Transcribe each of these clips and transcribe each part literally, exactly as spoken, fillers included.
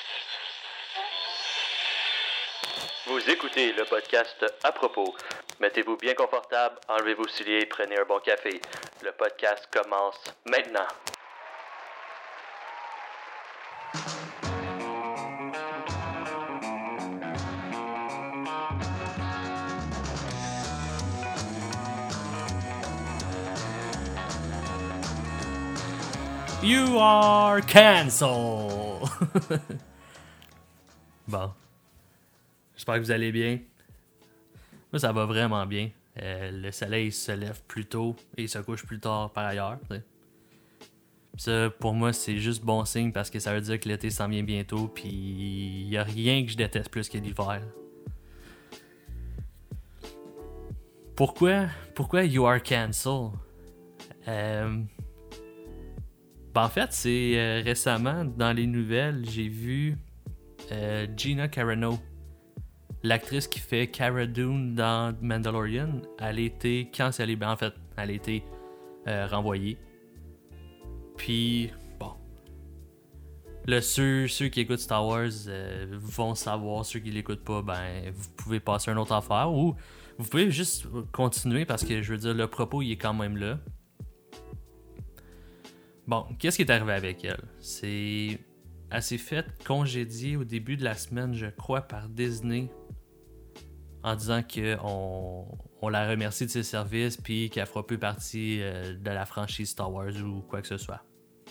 Vous écoutez le podcast À propos. Mettez-vous bien confortable, enlevez vos souliers et prenez un bon café. Le podcast commence maintenant. You are cancelled! Bon. J'espère que vous allez bien. Moi, ça va vraiment bien. Euh, le soleil se lève plus tôt et se couche plus tard par ailleurs. T'sais. Ça, pour moi, c'est juste bon signe parce que ça veut dire que l'été s'en vient bientôt. Puis il n'y a rien que je déteste plus que l'hiver. Pourquoi, pourquoi you are cancelled? Euh... Ben, en fait, c'est euh, récemment, dans les nouvelles, j'ai vu euh, Gina Carano, l'actrice qui fait Cara Dune dans Mandalorian. Elle a été cancellée. Ben, en fait, elle a été euh, renvoyée. Puis, bon. Là, ceux, ceux qui écoutent Star Wars euh, vont savoir. Ceux qui l'écoutent pas, ben, vous pouvez passer à une autre affaire. Ou vous pouvez juste continuer parce que, je veux dire, le propos, il est quand même là. Bon, qu'est-ce qui est arrivé avec elle? C'est... Elle s'est faite congédier au début de la semaine, je crois, par Disney, en disant qu'on on la remercie de ses services puis qu'elle fera plus partie euh, de la franchise Star Wars ou quoi que ce soit.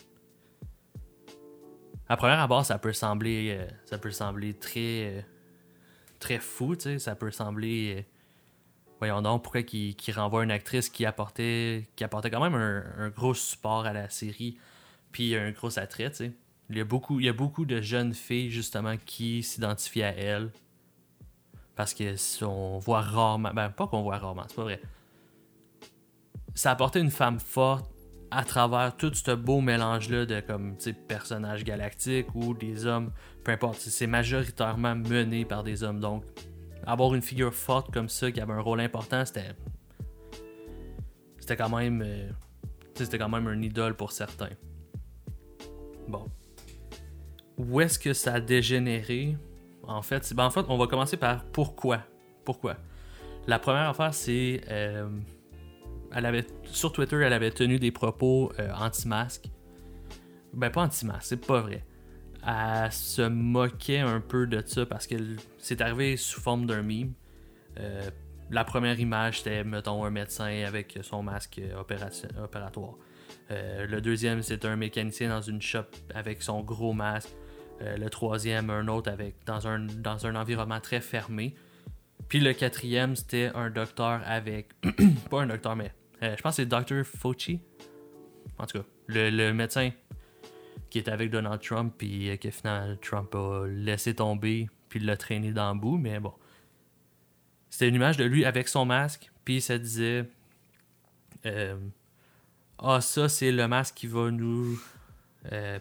À première abord, ça peut sembler, euh, ça peut sembler très, euh, très fou, tu sais, ça peut sembler... Euh, voyons donc, pourquoi qu'il, qu'il renvoie une actrice qui apportait, qui apportait quand même un, un gros support à la série, puis un gros attrait, tu sais. Il y a beaucoup, il y a beaucoup de jeunes filles, justement, qui s'identifient à elle. Parce que on voit rarement... Ben, pas qu'on voit rarement, c'est pas vrai. Ça apportait une femme forte à travers tout ce beau mélange-là de, comme, tu sais, personnages galactiques ou des hommes, peu importe. C'est majoritairement mené par des hommes, donc... Avoir une figure forte comme ça qui avait un rôle important, c'était c'était quand même euh, c'était quand même un idole pour certains. Bon. Où est-ce que ça a dégénéré? En fait, c'est, ben en fait, on va commencer par pourquoi. Pourquoi? La première affaire, c'est euh, elle avait sur Twitter, elle avait tenu des propos euh, anti-masques. Ben pas anti-masques, c'est pas vrai. Elle se moquait un peu de ça parce que c'est arrivé sous forme d'un meme. Euh, la première image, c'était, mettons, un médecin avec son masque opération, opératoire. Euh, le deuxième, c'était un mécanicien dans une shop avec son gros masque. Euh, le troisième, un autre avec dans un, dans un environnement très fermé. Puis le quatrième, c'était un docteur avec... pas un docteur, mais... Euh, je pense que c'est docteur Fauci. En tout cas, le, le médecin... qui était avec Donald Trump, puis que finalement Trump a laissé tomber, puis l'a traîné dans le bout, mais bon. C'était une image de lui avec son masque, puis ça disait euh, ah, ça, c'est le masque qui va nous... Euh,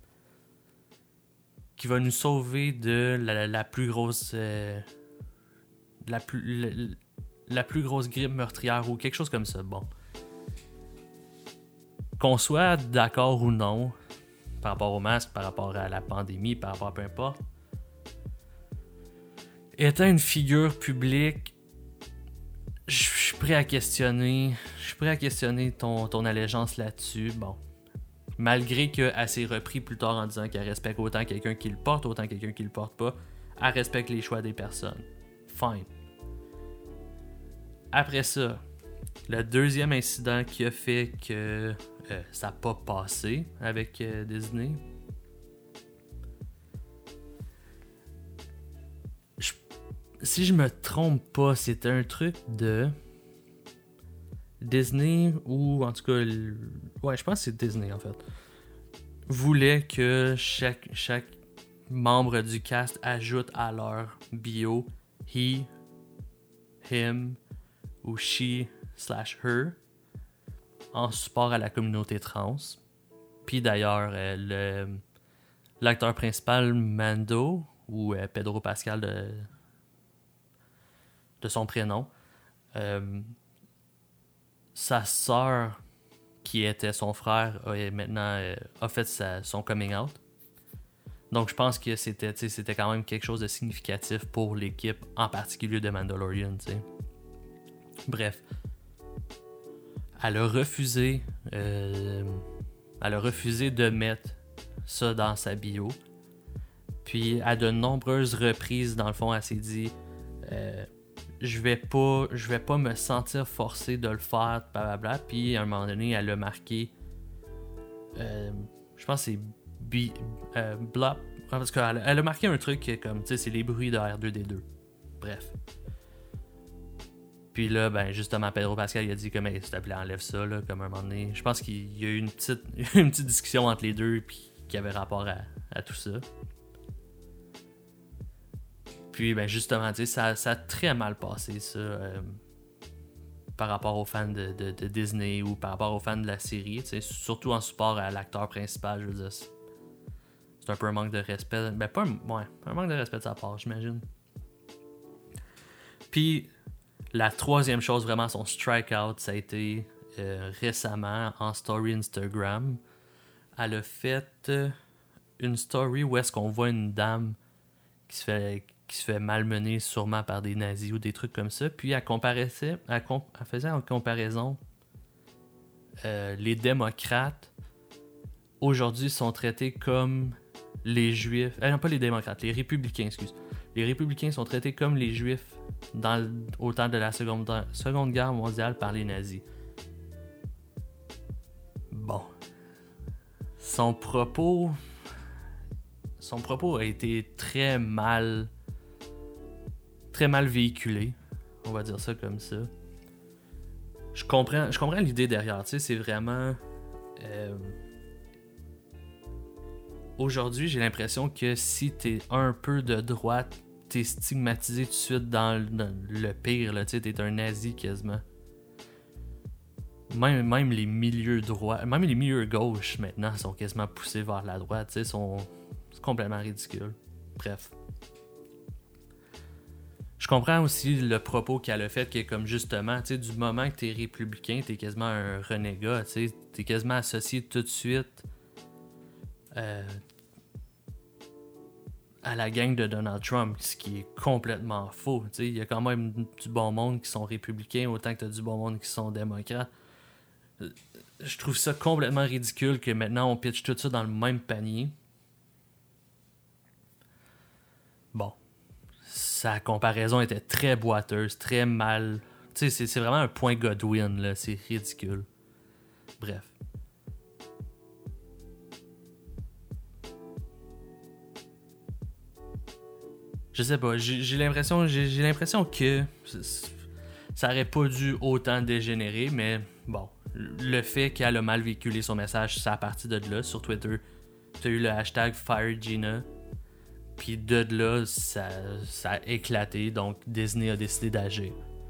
qui va nous sauver de la, la plus grosse... Euh, la, plus, la, la plus grosse grippe meurtrière, ou quelque chose comme ça, bon. Qu'on soit d'accord ou non... par rapport au masque, par rapport à la pandémie, par rapport à peu importe. Étant une figure publique, je suis prêt à questionner, je suis prêt à questionner ton, ton allégeance là-dessus. Bon, malgré qu'elle s'est repris plus tard en disant qu'elle respecte autant quelqu'un qui le porte, autant quelqu'un qui le porte pas, elle respecte les choix des personnes. Fine. Après ça, le deuxième incident qui a fait que euh, ça n'a pas passé avec euh, Disney. Je, si je me trompe pas, c'était un truc de Disney, ou en tout cas, le, ouais, je pense que c'est Disney en fait, voulait que chaque, chaque membre du cast ajoute à leur bio he, him ou she slash her en support à la communauté trans. Puis d'ailleurs, euh, le, l'acteur principal, Mando, ou euh, Pedro Pascal de, de son prénom, euh, sa sœur, qui était son frère, a, maintenant euh, a fait sa, son coming out. Donc je pense que c'était, tu sais, c'était quand même quelque chose de significatif pour l'équipe, en particulier de Mandalorian, tu sais. Bref. Elle a refusé... Euh, elle a refusé de mettre ça dans sa bio. Puis à de nombreuses reprises, dans le fond, elle s'est dit... Euh, je vais pas je vais pas me sentir forcé de le faire, blablabla. Puis à un moment donné, elle a marqué... Euh, je pense que c'est... B, euh, Blop, parce qu'elle elle a marqué un truc comme, tu sais, c'est les bruits de R deux D deux. Bref. Puis là, ben justement, Pedro Pascal, il a dit comme, hey, s'il te plaît, enlève ça, là, comme un moment donné. Je pense qu'il y a eu une petite, une petite discussion entre les deux, puis qui avait rapport à, à tout ça. Puis, ben justement, tu sais, ça, ça a très mal passé, ça, euh, par rapport aux fans de, de, de Disney ou par rapport aux fans de la série, tu sais, surtout en support à l'acteur principal, je veux dire. C'est un peu un manque de respect. Ben, pas un, ouais, un manque de respect de sa part, j'imagine. Puis, la troisième chose, vraiment, son strikeout, ça a été euh, récemment en story Instagram. Elle a fait euh, une story où est-ce qu'on voit une dame qui se fait, qui se fait malmener sûrement par des nazis ou des trucs comme ça. Puis, elle, comparaissait, elle, comp- elle faisait en comparaison euh, les démocrates aujourd'hui sont traités comme les juifs, euh, non pas les démocrates, les républicains, excuse. Les républicains sont traités comme les juifs dans le, au temps de la seconde, seconde guerre mondiale par les nazis. Bon. Son propos... Son propos a été très mal... Très mal véhiculé. On va dire ça comme ça. Je comprends, je comprends l'idée derrière, tu sais, c'est vraiment... Euh, Aujourd'hui, j'ai l'impression que si t'es un peu de droite, t'es stigmatisé tout de suite dans le, dans le pire, là, tu sais, t'es un nazi quasiment. Même, même les milieux droits, même les milieux gauche maintenant sont quasiment poussés vers la droite, tu sais, sont c'est complètement ridicule. Bref. Je comprends aussi le propos qu'elle a fait, qui est comme justement, tu sais, du moment que t'es républicain, t'es quasiment un renégat, tu sais, t'es quasiment associé tout de suite Euh, à la gang de Donald Trump, ce qui est complètement faux. Il y a quand même du bon monde qui sont républicains autant que tu as du bon monde qui sont démocrates. Je trouve ça complètement ridicule que maintenant on pitche tout ça dans le même panier. Bon, sa comparaison était très boiteuse, très mal... Tu sais, c'est, c'est vraiment un point Godwin, là. C'est ridicule. Bref. Je sais pas, j'ai, j'ai l'impression j'ai, j'ai l'impression que ça aurait pas dû autant dégénérer, mais bon, le fait qu'elle a mal véhiculé son message, c'est à partir de là. Sur Twitter, t'as eu le hashtag FireGina, puis de là, ça, ça a éclaté, donc Disney a décidé d'agir.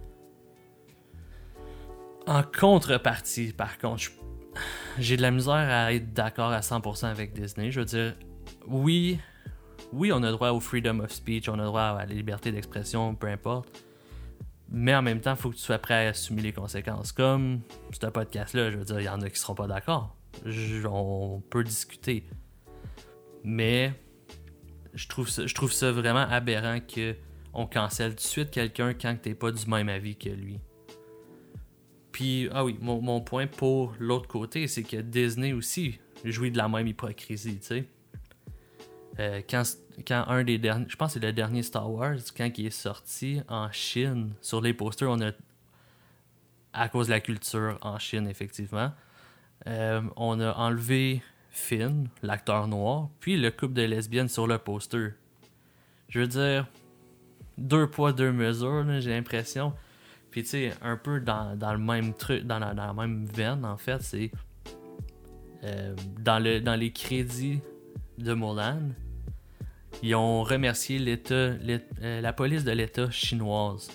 En contrepartie, par contre, je, j'ai de la misère à être d'accord à cent pour cent avec Disney. Je veux dire, oui... Oui, on a droit au freedom of speech, on a droit à la liberté d'expression, peu importe. Mais en même temps, il faut que tu sois prêt à assumer les conséquences. Comme ce podcast-là, je veux dire, il y en a qui seront pas d'accord. Je, on peut discuter. Mais je trouve ça, je trouve ça vraiment aberrant qu'on cancelle tout de suite quelqu'un quand t'es pas du même avis que lui. Puis, ah oui, mon, mon point pour l'autre côté, c'est que Disney aussi jouit de la même hypocrisie, tu sais. Euh, quand, quand un des derniers, je pense que c'est le dernier Star Wars, quand il est sorti en Chine, sur les posters, on a, à cause de la culture en Chine, effectivement, euh, on a enlevé Finn, l'acteur noir, puis le couple de lesbiennes sur le poster. Je veux dire, deux poids, deux mesures, là, j'ai l'impression. Puis tu sais, un peu dans, dans le même truc, dans la, dans la même veine, en fait, c'est euh, dans, le, dans les crédits de Mulan, ils ont remercié l'État, l'État euh, la police de l'État chinoise.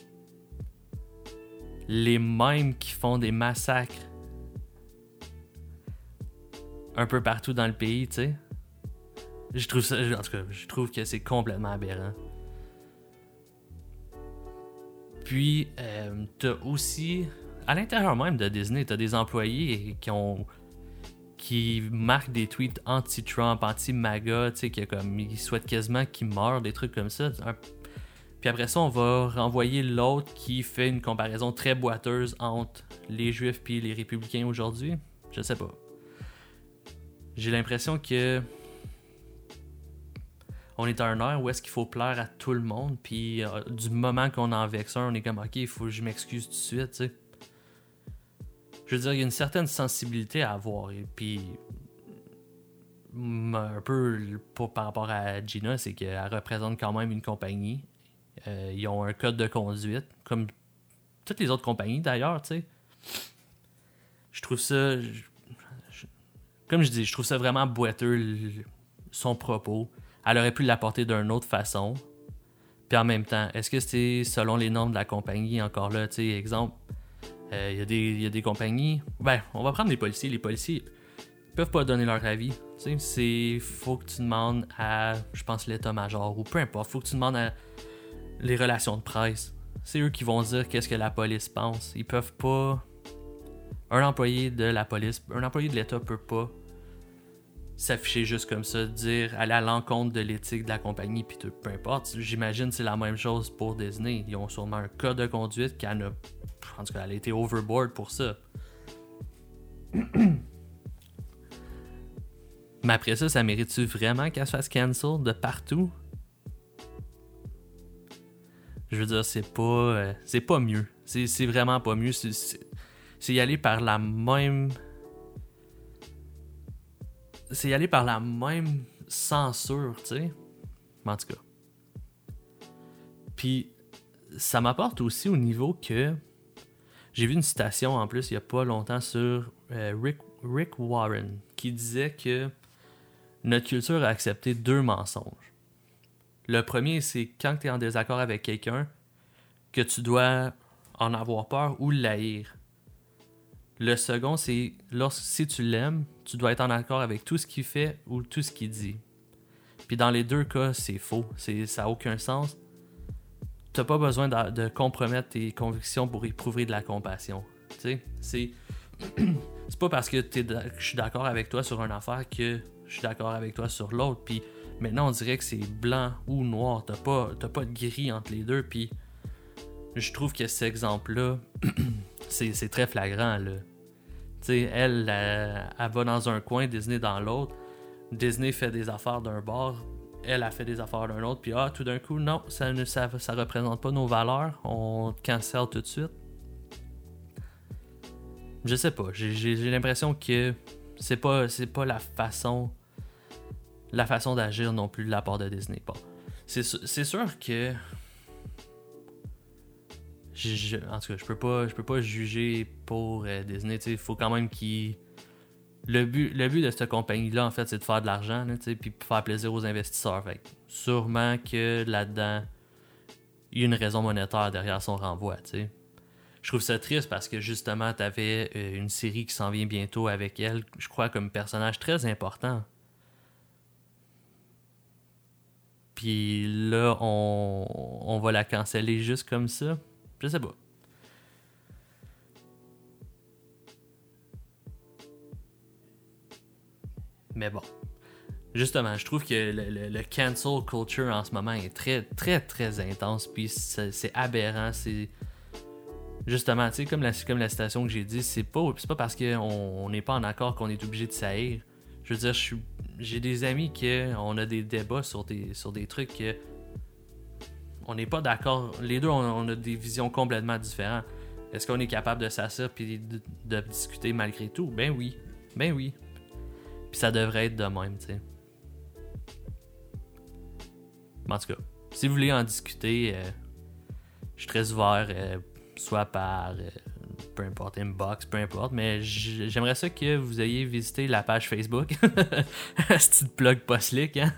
Les mêmes qui font des massacres un peu partout dans le pays, tu sais. Je trouve ça, en tout cas, je trouve que c'est complètement aberrant. Puis, euh, t'as aussi, à l'intérieur même de Disney, t'as des employés qui ont, qui marquent des tweets anti-Trump, anti-MAGA, tu sais, qui comme ils souhaitent quasiment qu'il meure, des trucs comme ça. Un... Puis après ça, on va renvoyer l'autre qui fait une comparaison très boiteuse entre les Juifs et les républicains aujourd'hui. Je sais pas. J'ai l'impression que on est à un heure où est-ce qu'il faut plaire à tout le monde, puis euh, du moment qu'on en vexe un, on est comme ok, il faut que je m'excuse tout de suite, tu sais. Je veux dire, il y a une certaine sensibilité à avoir, et puis un peu pour, par rapport à Gina, c'est qu'elle représente quand même une compagnie. Euh, ils ont un code de conduite, comme toutes les autres compagnies d'ailleurs, tu sais. Je trouve ça, je, je, comme je dis, je trouve ça vraiment boiteux, le, son propos. Elle aurait pu l'apporter d'une autre façon. Puis en même temps, est-ce que c'est selon les normes de la compagnie, encore là, tu sais, exemple, il euh, y, y a des compagnies, ben, on va prendre les policiers, les policiers peuvent pas donner leur avis, tu sais, c'est, faut que tu demandes à, je pense, l'état-major, ou peu importe, faut que tu demandes à les relations de presse. C'est eux qui vont dire qu'est-ce que la police pense. Ils peuvent pas... Un employé de la police, un employé de l'État peut pas s'afficher juste comme ça, dire aller à l'encontre de l'éthique de la compagnie, puis tout, peu importe. J'imagine que c'est la même chose pour Disney. Ils ont sûrement un code de conduite qui en a... En tout cas, elle a été overboard pour ça. Mais après ça, ça mérite-tu vraiment qu'elle se fasse cancel de partout? Je veux dire, c'est pas... Euh, c'est pas mieux. C'est, c'est vraiment pas mieux. C'est, c'est, c'est y aller par la même... C'est y aller par la même censure, tu sais. En tout cas. Puis, ça m'apporte aussi au niveau que... J'ai vu une citation en plus il y a pas longtemps sur euh, Rick, Rick Warren qui disait que notre culture a accepté deux mensonges. Le premier, c'est quand tu es en désaccord avec quelqu'un, que tu dois en avoir peur ou l'haïr. Le second, c'est lorsque si tu l'aimes, tu dois être en accord avec tout ce qu'il fait ou tout ce qu'il dit. Puis dans les deux cas, c'est faux. C'est, ça n'a aucun sens. T'as pas besoin de, de compromettre tes convictions pour éprouver de la compassion. Tu sais, c'est... c'est pas parce que t'es de, je suis d'accord avec toi sur une affaire que je suis d'accord avec toi sur l'autre. Puis maintenant, on dirait que c'est blanc ou noir. T'as pas, t'as pas de gris entre les deux. Puis je trouve que cet exemple-là, c'est, c'est très flagrant, là. Tu sais, elle, elle, elle va dans un coin, Disney dans l'autre. Disney fait des affaires d'un bord, elle a fait des affaires d'un autre, puis ah, tout d'un coup, non, ça ne ça, ça représente pas nos valeurs, on te cancelle tout de suite. Je sais pas, j'ai, j'ai, j'ai l'impression que c'est pas, c'est pas la façon la façon d'agir non plus de la part de Disney. Bon, c'est, c'est sûr que je, je, en tout cas, je peux pas, je peux pas juger pour euh, Disney, tu sais, il faut quand même qu'ils... Le but, le but de cette compagnie-là, en fait, c'est de faire de l'argent, puis de faire plaisir aux investisseurs. Fait que sûrement que là-dedans, il y a une raison monétaire derrière son renvoi. T'sais. Je trouve ça triste parce que justement, tu avais euh, une série qui s'en vient bientôt avec elle, je crois, comme personnage très important. Puis là, on, on va la canceller juste comme ça. Je sais pas. Mais bon, justement, je trouve que le, le, le cancel culture en ce moment est très, très, très intense. Puis c'est, c'est aberrant. C'est justement, tu sais, comme la, comme la citation que j'ai dit, c'est pas, c'est pas parce qu'on n'est pas en accord qu'on est obligé de s'haïr. Je veux dire, je suis, j'ai des amis que on a des débats sur des, sur des trucs que on n'est pas d'accord. Les deux, on, on a des visions complètement différentes. Est-ce qu'on est capable de s'asseoir puis de, de discuter malgré tout? Ben oui, ben oui. Puis ça devrait être de même, tu sais. Mais en tout cas, si vous voulez en discuter, euh, je suis très ouvert, euh, soit par, euh, peu importe, inbox, peu importe, mais j'aimerais ça que vous ayez visité la page Facebook. C'est une plug pas slick, hein?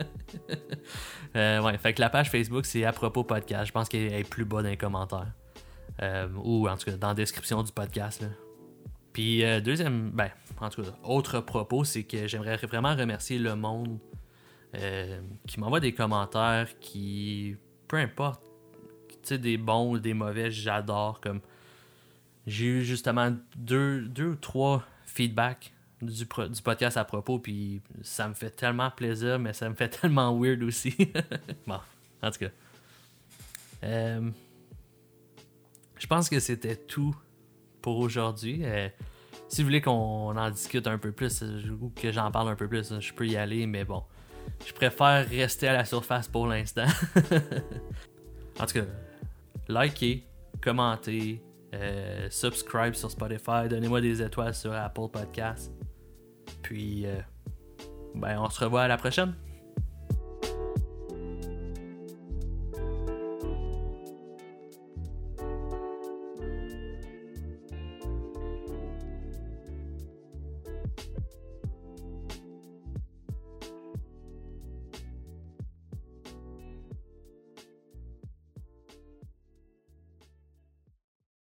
euh, ouais, fait que la page Facebook, c'est à propos podcast. Je pense qu'elle est plus bas dans les commentaires. Euh, ou en tout cas, dans la description du podcast, là. Puis euh, deuxième, ben, en tout cas, autre propos, c'est que j'aimerais vraiment remercier le monde euh, qui m'envoie des commentaires, qui, peu importe, tu sais, des bons ou des mauvais, j'adore. Comme j'ai eu justement deux, deux ou trois feedbacks du, pro, du podcast à propos, puis ça me fait tellement plaisir, mais ça me fait tellement weird aussi. Bon, en tout cas. Euh, je pense que c'était tout pour aujourd'hui. Euh, si vous voulez qu'on en discute un peu plus, ou que j'en parle un peu plus, je peux y aller, mais bon. Je préfère rester à la surface pour l'instant. En tout cas, likez, commentez, euh, subscribe sur Spotify, donnez-moi des étoiles sur Apple Podcasts. Puis, euh, ben, on se revoit à la prochaine.